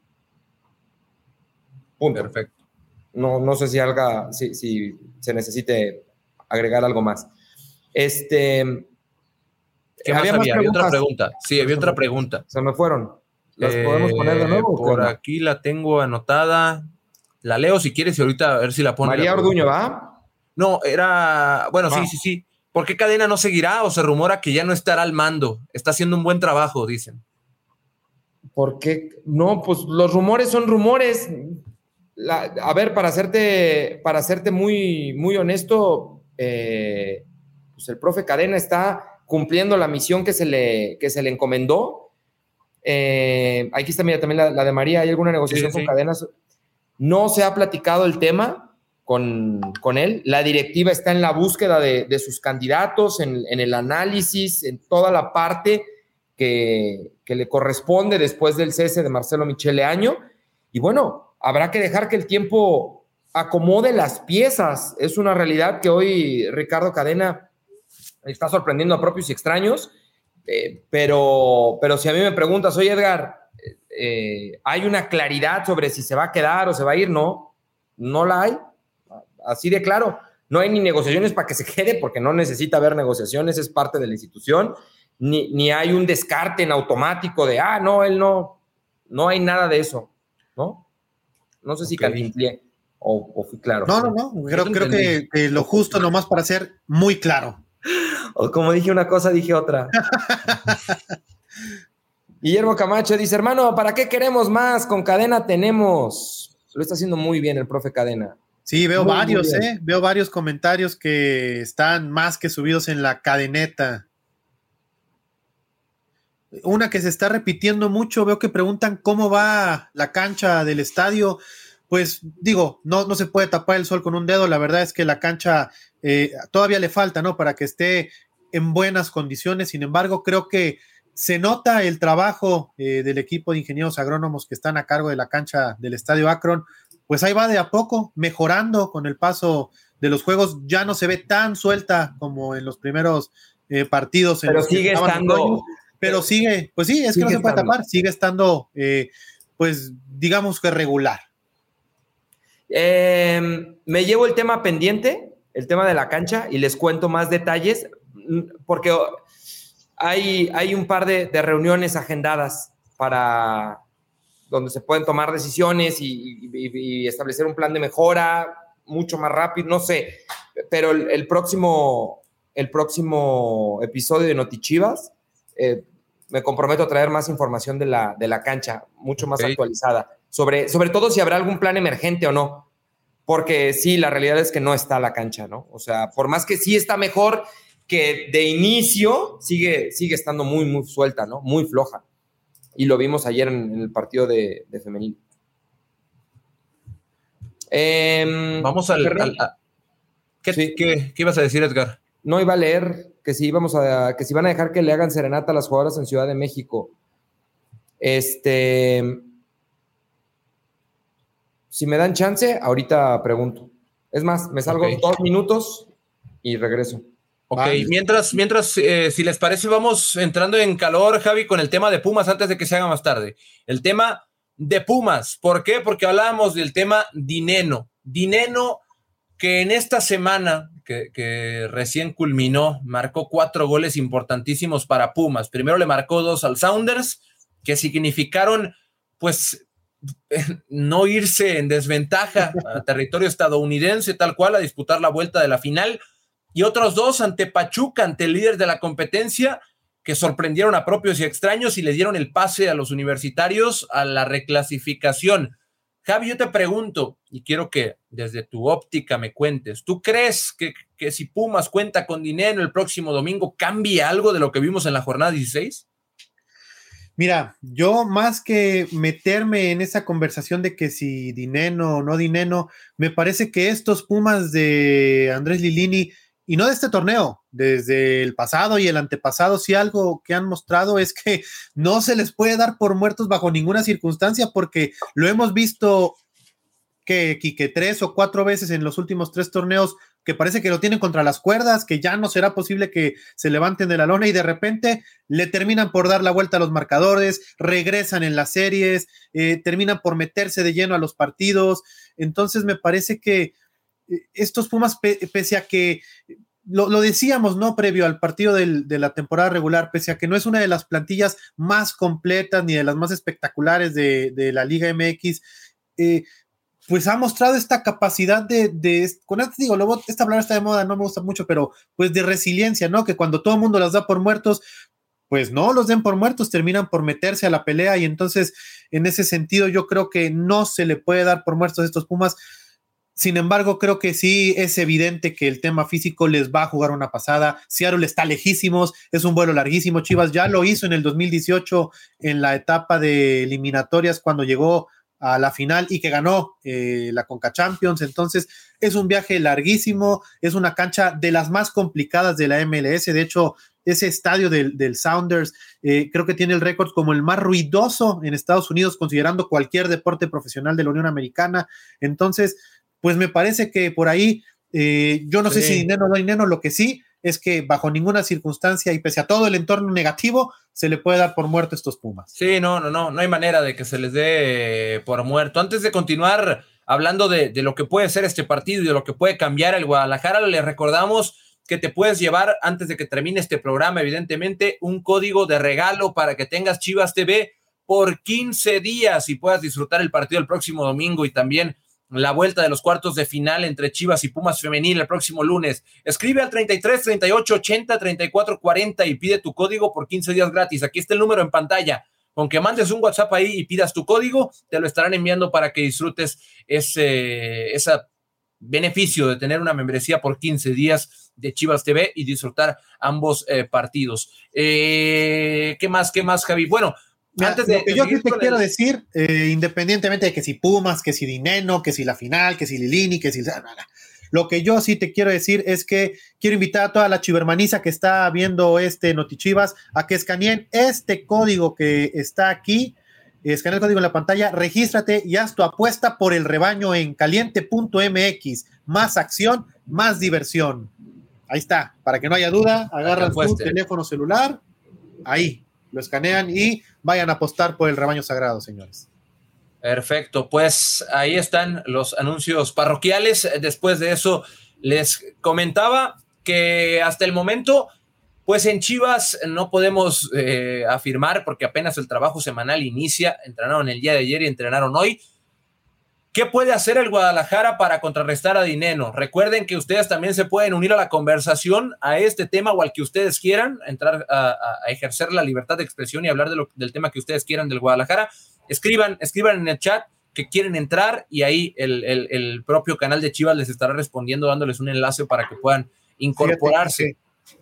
Punto. Perfecto. No sé si se necesite agregar algo más. ¿Qué más había? Había otra pregunta. Sí, había otra pregunta. Se me fueron. ¿Las podemos poner de nuevo? Por aquí la tengo anotada. La leo si quieres y ahorita a ver si la pone. María Orduño, ¿va? No, era... Bueno, sí. ¿Por qué Cadena no seguirá o se rumora que ya no estará al mando? Está haciendo un buen trabajo, dicen. ¿Por qué? No, pues los rumores son rumores. A ver, para hacerte muy, muy honesto, pues el profe Cadena está cumpliendo la misión que se le encomendó. Aquí está, mira, también la de María. ¿Hay alguna negociación con Cadena? No se ha platicado el tema con él. La directiva está en la búsqueda de sus candidatos, en el análisis, en toda la parte que le corresponde después del cese de Marcelo Michele Año. Y bueno, habrá que dejar que el tiempo acomode las piezas. Es una realidad que hoy Ricardo Cadena está sorprendiendo a propios y extraños, pero si a mí me preguntas, oye Edgar, ¿hay una claridad sobre si se va a quedar o se va a ir? No la hay. Así de claro, no hay ni negociaciones para que se quede, porque no necesita haber negociaciones, es parte de la institución, ni hay un descarte en automático de, él no hay nada de eso, ¿no? No sé si cantinflé o fui claro. No, creo que lo justo nomás para ser muy claro. O como dije una cosa, dije otra. Guillermo Camacho dice, hermano, ¿para qué queremos más? Con Cadena tenemos. Lo está haciendo muy bien el profe Cadena. Sí, veo veo varios comentarios que están más que subidos en la cadeneta. Una que se está repitiendo mucho, veo que preguntan cómo va la cancha del estadio. Pues digo, no se puede tapar el sol con un dedo, la verdad es que la cancha todavía le falta, ¿no? Para que esté en buenas condiciones. Sin embargo, creo que se nota el trabajo del equipo de ingenieros agrónomos que están a cargo de la cancha del Estadio Akron. Pues ahí va de a poco, mejorando con el paso de los juegos. Ya no se ve tan suelta como en los primeros partidos. Pero sigue estando... Pero sigue, pues sí, es que no se puede tapar, sigue estando, pues digamos que regular. Me llevo el tema pendiente, el tema de la cancha, y les cuento más detalles, porque hay un par de reuniones agendadas para donde se pueden tomar decisiones y establecer un plan de mejora mucho más rápido, no sé, pero el próximo episodio de Notichivas me comprometo a traer más información de la cancha, mucho más actualizada, sobre todo si habrá algún plan emergente o no, porque sí, la realidad es que no está la cancha, ¿no? O sea, por más que sí está mejor que de inicio, sigue estando muy, muy suelta, ¿no? Muy floja. Y lo vimos ayer en el partido de femenil. Vamos ¿Qué ibas a decir, Edgar? No, iba a leer que si van a dejar que le hagan serenata a las jugadoras en Ciudad de México. Si me dan chance, ahorita pregunto. Es más, me salgo 2 minutos y regreso. Ok, mientras si les parece, vamos entrando en calor, Javi, con el tema de Pumas antes de que se haga más tarde. El tema de Pumas. ¿Por qué? Porque hablábamos del tema Dineno. Dineno, que en esta semana que recién culminó, marcó 4 goles importantísimos para Pumas. Primero le marcó 2 al Sounders, que significaron, pues, no irse en desventaja a territorio estadounidense, tal cual, a disputar la vuelta de la final. Y otros 2 ante Pachuca, ante el líder de la competencia, que sorprendieron a propios y extraños y le dieron el pase a los universitarios a la reclasificación. Javi, yo te pregunto, y quiero que desde tu óptica me cuentes, ¿tú crees que si Pumas cuenta con Dineno el próximo domingo, cambie algo de lo que vimos en la jornada 16? Mira, yo más que meterme en esa conversación de que si Dineno o no Dineno, me parece que estos Pumas de Andrés Lilini, y no de este torneo, desde el pasado y el antepasado, sí algo que han mostrado es que no se les puede dar por muertos bajo ninguna circunstancia, porque lo hemos visto que 3 o 4 veces en los últimos 3 torneos, que parece que lo tienen contra las cuerdas, que ya no será posible que se levanten de la lona y de repente le terminan por dar la vuelta a los marcadores, regresan en las series, terminan por meterse de lleno a los partidos. Entonces me parece que estos Pumas, pese a que lo decíamos, ¿no? Previo al partido de la temporada regular, pese a que no es una de las plantillas más completas ni de las más espectaculares de la Liga MX, pues ha mostrado esta capacidad con esto digo, luego esta palabra está de moda, no me gusta mucho, pero pues de resiliencia, ¿no? Que cuando todo el mundo las da por muertos, pues no los den por muertos, terminan por meterse a la pelea y entonces en ese sentido yo creo que no se le puede dar por muertos a estos Pumas. Sin embargo, creo que sí es evidente que el tema físico les va a jugar una pasada. Seattle está lejísimos, es un vuelo larguísimo. Chivas ya lo hizo en el 2018 en la etapa de eliminatorias cuando llegó a la final y que ganó la Conca Champions. Entonces es un viaje larguísimo, es una cancha de las más complicadas de la MLS. De hecho, ese estadio del Sounders creo que tiene el récord como el más ruidoso en Estados Unidos, considerando cualquier deporte profesional de la Unión Americana. Entonces, pues me parece que por ahí, yo no sé si dinero o no dinero, lo que sí es que bajo ninguna circunstancia y pese a todo el entorno negativo, se le puede dar por muerto a estos Pumas. Sí, no hay manera de que se les dé por muerto. Antes de continuar hablando de lo que puede ser este partido y de lo que puede cambiar el Guadalajara, le recordamos que te puedes llevar, antes de que termine este programa, evidentemente, un código de regalo para que tengas Chivas TV por 15 días y puedas disfrutar el partido el próximo domingo y también la vuelta de los cuartos de final entre Chivas y Pumas femenil el próximo lunes. Escribe al 33 38 80 34 40 y pide tu código por 15 días gratis. Aquí está el número en pantalla. Con que mandes un WhatsApp ahí y pidas tu código, te lo estarán enviando para que disfrutes ese beneficio de tener una membresía por 15 días de Chivas TV y disfrutar ambos partidos. ¿Qué más, Javi? Bueno, antes de yo te quiero decir, independientemente de que si Pumas, que si Dineno, que si la final, que si Lilini, que si... Lo que yo sí te quiero decir es que quiero invitar a toda la chivermaniza que está viendo Notichivas a que escaneen este código que está aquí, escanea el código en la pantalla, regístrate y haz tu apuesta por el rebaño en caliente.mx. Más acción, más diversión. Ahí está, para que no haya duda, agarran tu teléfono celular, ahí lo escanean y vayan a apostar por el rebaño sagrado, señores. Perfecto, pues ahí están los anuncios parroquiales. Después de eso les comentaba que hasta el momento, pues en Chivas no podemos afirmar porque apenas el trabajo semanal inicia. Entrenaron el día de ayer y entrenaron hoy. ¿Qué puede hacer el Guadalajara para contrarrestar a Dineno? Recuerden que ustedes también se pueden unir a la conversación, a este tema o al que ustedes quieran, entrar a ejercer la libertad de expresión y hablar del tema que ustedes quieran del Guadalajara. Escriban en el chat que quieren entrar y ahí el propio canal de Chivas les estará respondiendo, dándoles un enlace para que puedan incorporarse. Fíjate.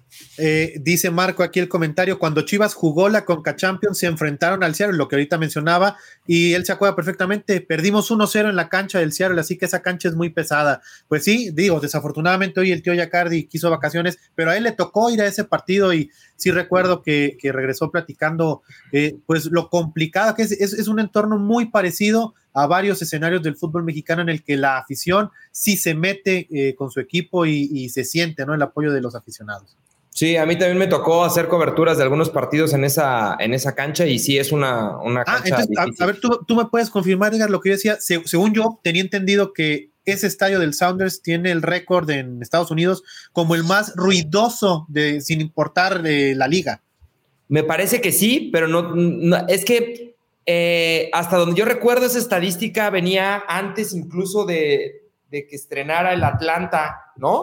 Dice Marco aquí el comentario, cuando Chivas jugó la Conca Champions se enfrentaron al Seattle, lo que ahorita mencionaba, y él se acuerda perfectamente, perdimos 1-0 en la cancha del Seattle, así que esa cancha es muy pesada. Pues sí, digo, desafortunadamente hoy el tío Yacardi quiso vacaciones, pero a él le tocó ir a ese partido y sí recuerdo que regresó platicando pues lo complicado que es un entorno muy parecido a varios escenarios del fútbol mexicano en el que la afición sí se mete con su equipo y se siente, ¿no?, el apoyo de los aficionados. Sí, a mí también me tocó hacer coberturas de algunos partidos en esa cancha y sí es una cancha entonces, a ver, tú me puedes confirmar, Edgar, lo que yo decía. Según yo, tenía entendido que ese estadio del Sounders tiene el récord en Estados Unidos como el más ruidoso sin importar la liga. Me parece que sí, pero no es que hasta donde yo recuerdo esa estadística venía antes incluso de que estrenara el Atlanta, ¿no? O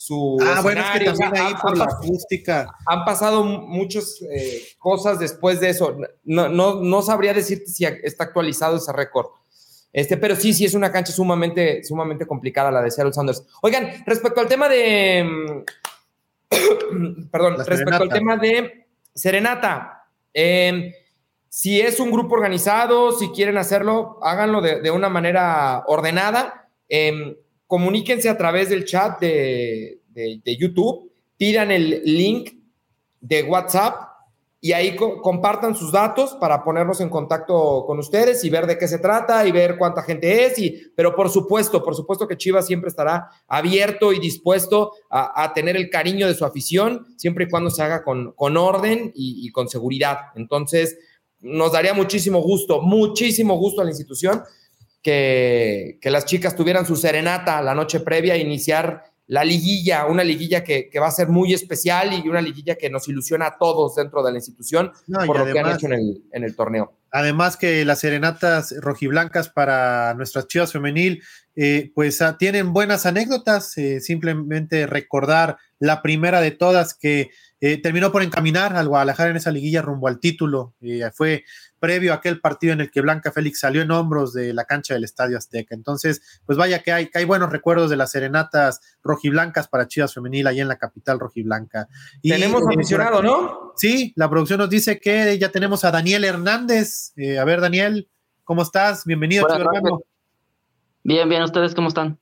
su bueno, es que escenario. también ahí por la acústica. Han pasado muchas cosas después de eso. No sabría decirte si está actualizado ese récord. Pero sí es una cancha sumamente complicada la de Seattle Sounders. Oigan, respecto al tema de respecto al tema de Serenata, si es un grupo organizado, si quieren hacerlo, háganlo de una manera ordenada. Comuníquense a través del chat de YouTube, pidan el link de WhatsApp y ahí compartan sus datos para ponernos en contacto con ustedes y ver de qué se trata y ver cuánta gente es. Pero por supuesto que Chivas siempre estará abierto y dispuesto a tener el cariño de su afición, siempre y cuando se haga con orden y con seguridad. Entonces, nos daría muchísimo gusto a la institución que las chicas tuvieran su serenata la noche previa a iniciar la liguilla, una liguilla que va a ser muy especial y una liguilla que nos ilusiona a todos dentro de la institución por lo que han hecho en el torneo. Además que las serenatas rojiblancas para nuestras Chivas femenil tienen buenas anécdotas, simplemente recordar la primera de todas que terminó por encaminar al Guadalajara en esa liguilla rumbo al título, fue previo a aquel partido en el que Blanca Félix salió en hombros de la cancha del Estadio Azteca. Entonces, pues vaya que hay buenos recuerdos de las serenatas rojiblancas para Chivas femenil allá en la capital rojiblanca. Tenemos aficionado, ¿no? Sí, la producción nos dice que ya tenemos a Daniel Hernández. A ver, Daniel, ¿cómo estás? Bienvenido, Chivo hermano. Bien, ¿ustedes cómo están?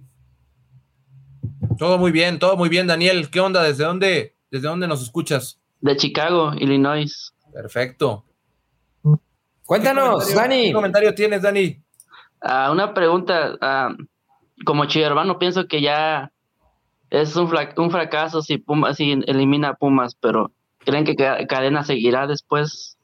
Todo muy bien, Daniel. ¿Qué onda? ¿Desde dónde nos escuchas? De Chicago, Illinois. Perfecto. Cuéntanos, Dani. ¿Qué comentario tienes, Dani? Una pregunta. Como chivermano, pienso que ya es un fracaso si elimina a Pumas, pero ¿creen que Cadena seguirá después?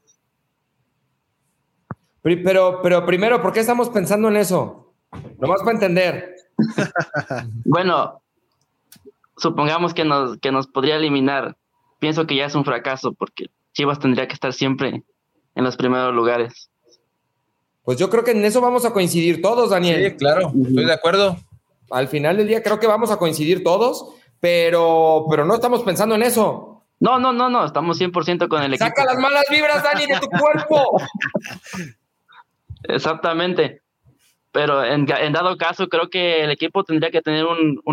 Pero primero, ¿por qué estamos pensando en eso? Nomás para entender. Bueno, supongamos que nos podría eliminar. Pienso que ya es un fracaso porque Chivas tendría que estar siempre en los primeros lugares. Pues yo creo que en eso vamos a coincidir todos, Daniel. Sí, claro, estoy de acuerdo. Al final del día creo que vamos a coincidir todos, pero no estamos pensando en eso. No, estamos 100% con el equipo. ¡Saca las malas vibras, Dani, de tu cuerpo! Exactamente. Pero en dado caso, creo que el equipo tendría que tener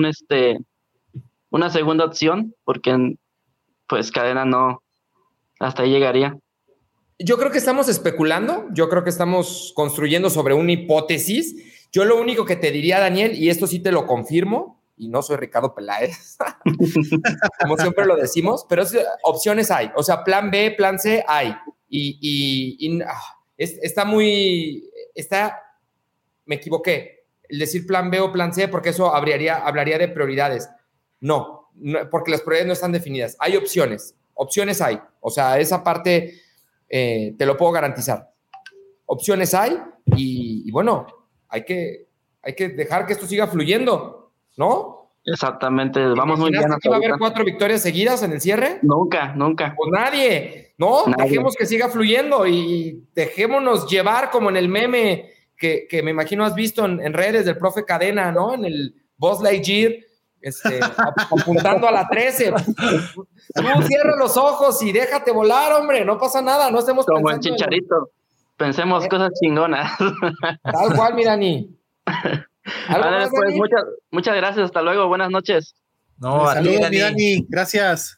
una segunda opción, porque pues Cadena no, hasta ahí llegaría. Yo creo que estamos especulando, yo creo que estamos construyendo sobre una hipótesis. Yo lo único que te diría, Daniel, y esto sí te lo confirmo, y no soy Ricardo Peláez, como siempre lo decimos, pero opciones hay, o sea, plan B, plan C hay, me equivoqué, el decir plan B o plan C, porque eso hablaría de prioridades. No, porque las prioridades no están definidas, hay opciones hay, o sea, esa parte te lo puedo garantizar. Opciones hay y bueno, hay que dejar que esto siga fluyendo, ¿no? Exactamente, vamos muy bien. ¿Que iba a haber 4 victorias seguidas en el cierre? Nunca. Pues nadie, ¿no? Nadie. Dejemos que siga fluyendo y dejémonos llevar como en el meme que me imagino has visto en redes del profe Cadena, ¿no? En el Buzz Lightyear, apuntando a la 13. Tú cierra los ojos y déjate volar, hombre, no pasa nada, no estemos como el Chicharito. Pensemos cosas chingonas. Tal cual, mi Dani. Vale, pues, muchas gracias. Hasta luego. Buenas noches. Saludos, mi Dani. Gracias.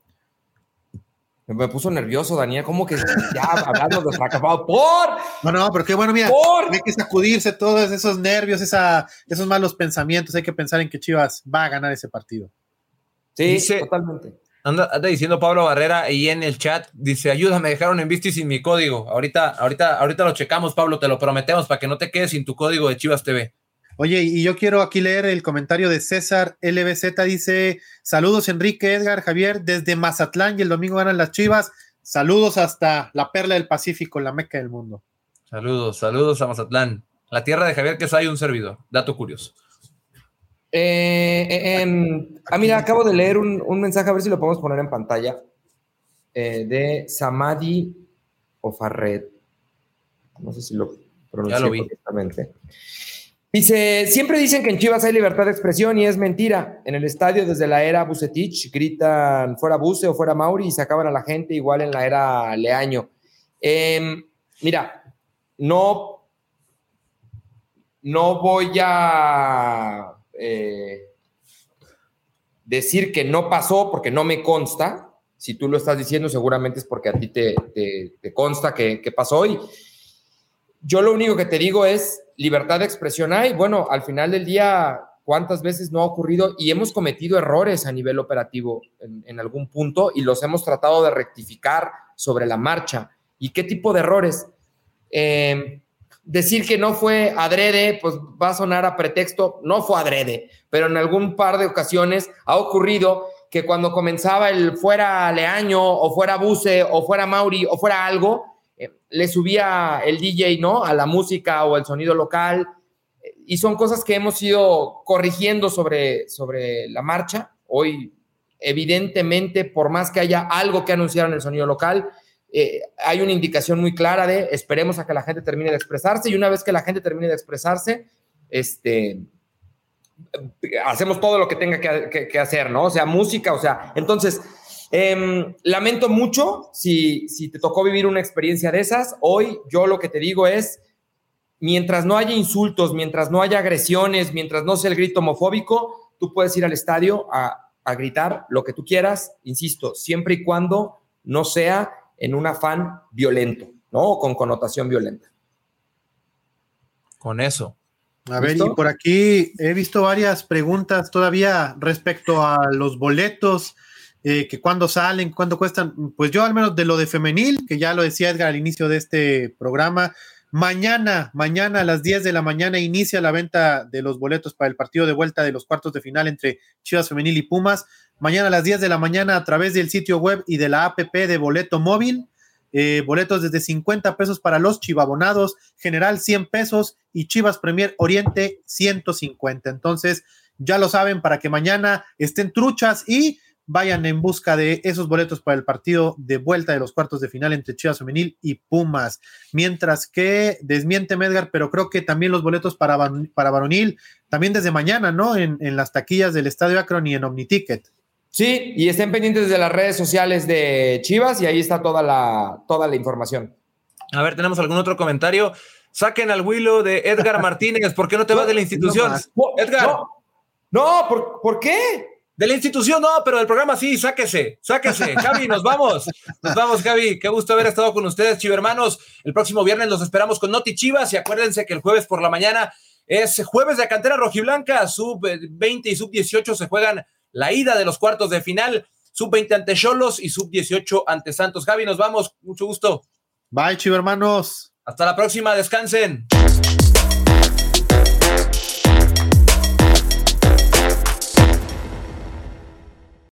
Me puso nervioso, Daniel. ¿Cómo que ya hablando de fracasado? No, pero qué bueno, mira. Hay que sacudirse todos esos nervios, esos malos pensamientos. Hay que pensar en que Chivas va a ganar ese partido. Sí, totalmente. Anda diciendo Pablo Barrera ahí en el chat, dice, ayúdame, dejaron en visto y sin mi código. Ahorita lo checamos, Pablo, te lo prometemos para que no te quedes sin tu código de Chivas TV. Oye, y yo quiero aquí leer el comentario de César LBZ, dice, saludos Enrique, Edgar, Javier, desde Mazatlán y el domingo ganan las Chivas, saludos hasta la perla del Pacífico, la meca del mundo. Saludos a Mazatlán, la tierra de Javier Quesada y un servidor, dato curioso. Mira, acabo de leer un mensaje, a ver si lo podemos poner en pantalla, de Samadi Ofarred. No sé si lo pronuncié correctamente. Dice, siempre dicen que en Chivas hay libertad de expresión y es mentira. En el estadio desde la era Vucetich gritan fuera Buce o fuera Mauri y sacaban a la gente igual en la era Leaño. Mira, no voy a decir que no pasó porque no me consta. Si tú lo estás diciendo, seguramente es porque a ti te consta que pasó. Y yo lo único que te digo es, libertad de expresión hay. Bueno, al final del día, ¿cuántas veces no ha ocurrido? Y hemos cometido errores a nivel operativo en algún punto y los hemos tratado de rectificar sobre la marcha. ¿Y qué tipo de errores? Decir que no fue adrede, pues va a sonar a pretexto. No fue adrede, pero en algún par de ocasiones ha ocurrido que cuando comenzaba el fuera Leaño o fuera Buce o fuera Mauri o fuera algo, le subía el DJ, ¿no?, a la música o el sonido local, y son cosas que hemos ido corrigiendo sobre la marcha. Hoy, evidentemente, por más que haya algo que anunciar en el sonido local, hay una indicación muy clara de esperemos a que la gente termine de expresarse, y una vez que la gente termine de expresarse, hacemos todo lo que tenga que hacer, ¿no? O sea, música, o sea, entonces, lamento mucho si te tocó vivir una experiencia de esas. Hoy yo lo que te digo es, mientras no haya insultos, mientras no haya agresiones, mientras no sea el grito homofóbico, tú puedes ir al estadio a gritar lo que tú quieras, insisto, siempre y cuando no sea en un afán violento, ¿no? O con connotación violenta. Con eso. A ver, y por aquí he visto varias preguntas todavía respecto a los boletos, que cuándo salen, cuánto cuestan. Pues yo al menos de lo de femenil, que ya lo decía Edgar al inicio de este programa, mañana a las 10 de la mañana inicia la venta de los boletos para el partido de vuelta de los cuartos de final entre Chivas Femenil y Pumas. Mañana a las 10 de la mañana a través del sitio web y de la app de Boleto Móvil. Boletos desde 50 pesos para los chivabonados, general 100 pesos y Chivas Premier Oriente 150. Entonces ya lo saben, para que mañana estén truchas y vayan en busca de esos boletos para el partido de vuelta de los cuartos de final entre Chivas Femenil y Pumas. Mientras que, desmiénteme Edgar, pero creo que también los boletos para varonil, también desde mañana, ¿no? En las taquillas del Estadio Akron y en OmniTicket. Sí, y estén pendientes de las redes sociales de Chivas y ahí está toda la información. A ver, ¿tenemos algún otro comentario? Saquen al Willow de Edgar Martínez. ¿Por qué no te vas de la institución? Edgar. No, ¿por qué? De la institución no, pero del programa sí, sáquese. Javi, nos vamos, Javi. Qué gusto haber estado con ustedes, chivermanos. El próximo viernes los esperamos con Noti Chivas y acuérdense que el jueves por la mañana es jueves de cantera rojiblanca. Sub-20 y sub-18 se juegan la ida de los cuartos de final, sub-20 ante Xolos y sub-18 ante Santos. Javi, nos vamos, mucho gusto. Bye, chivermanos. Hasta la próxima, descansen.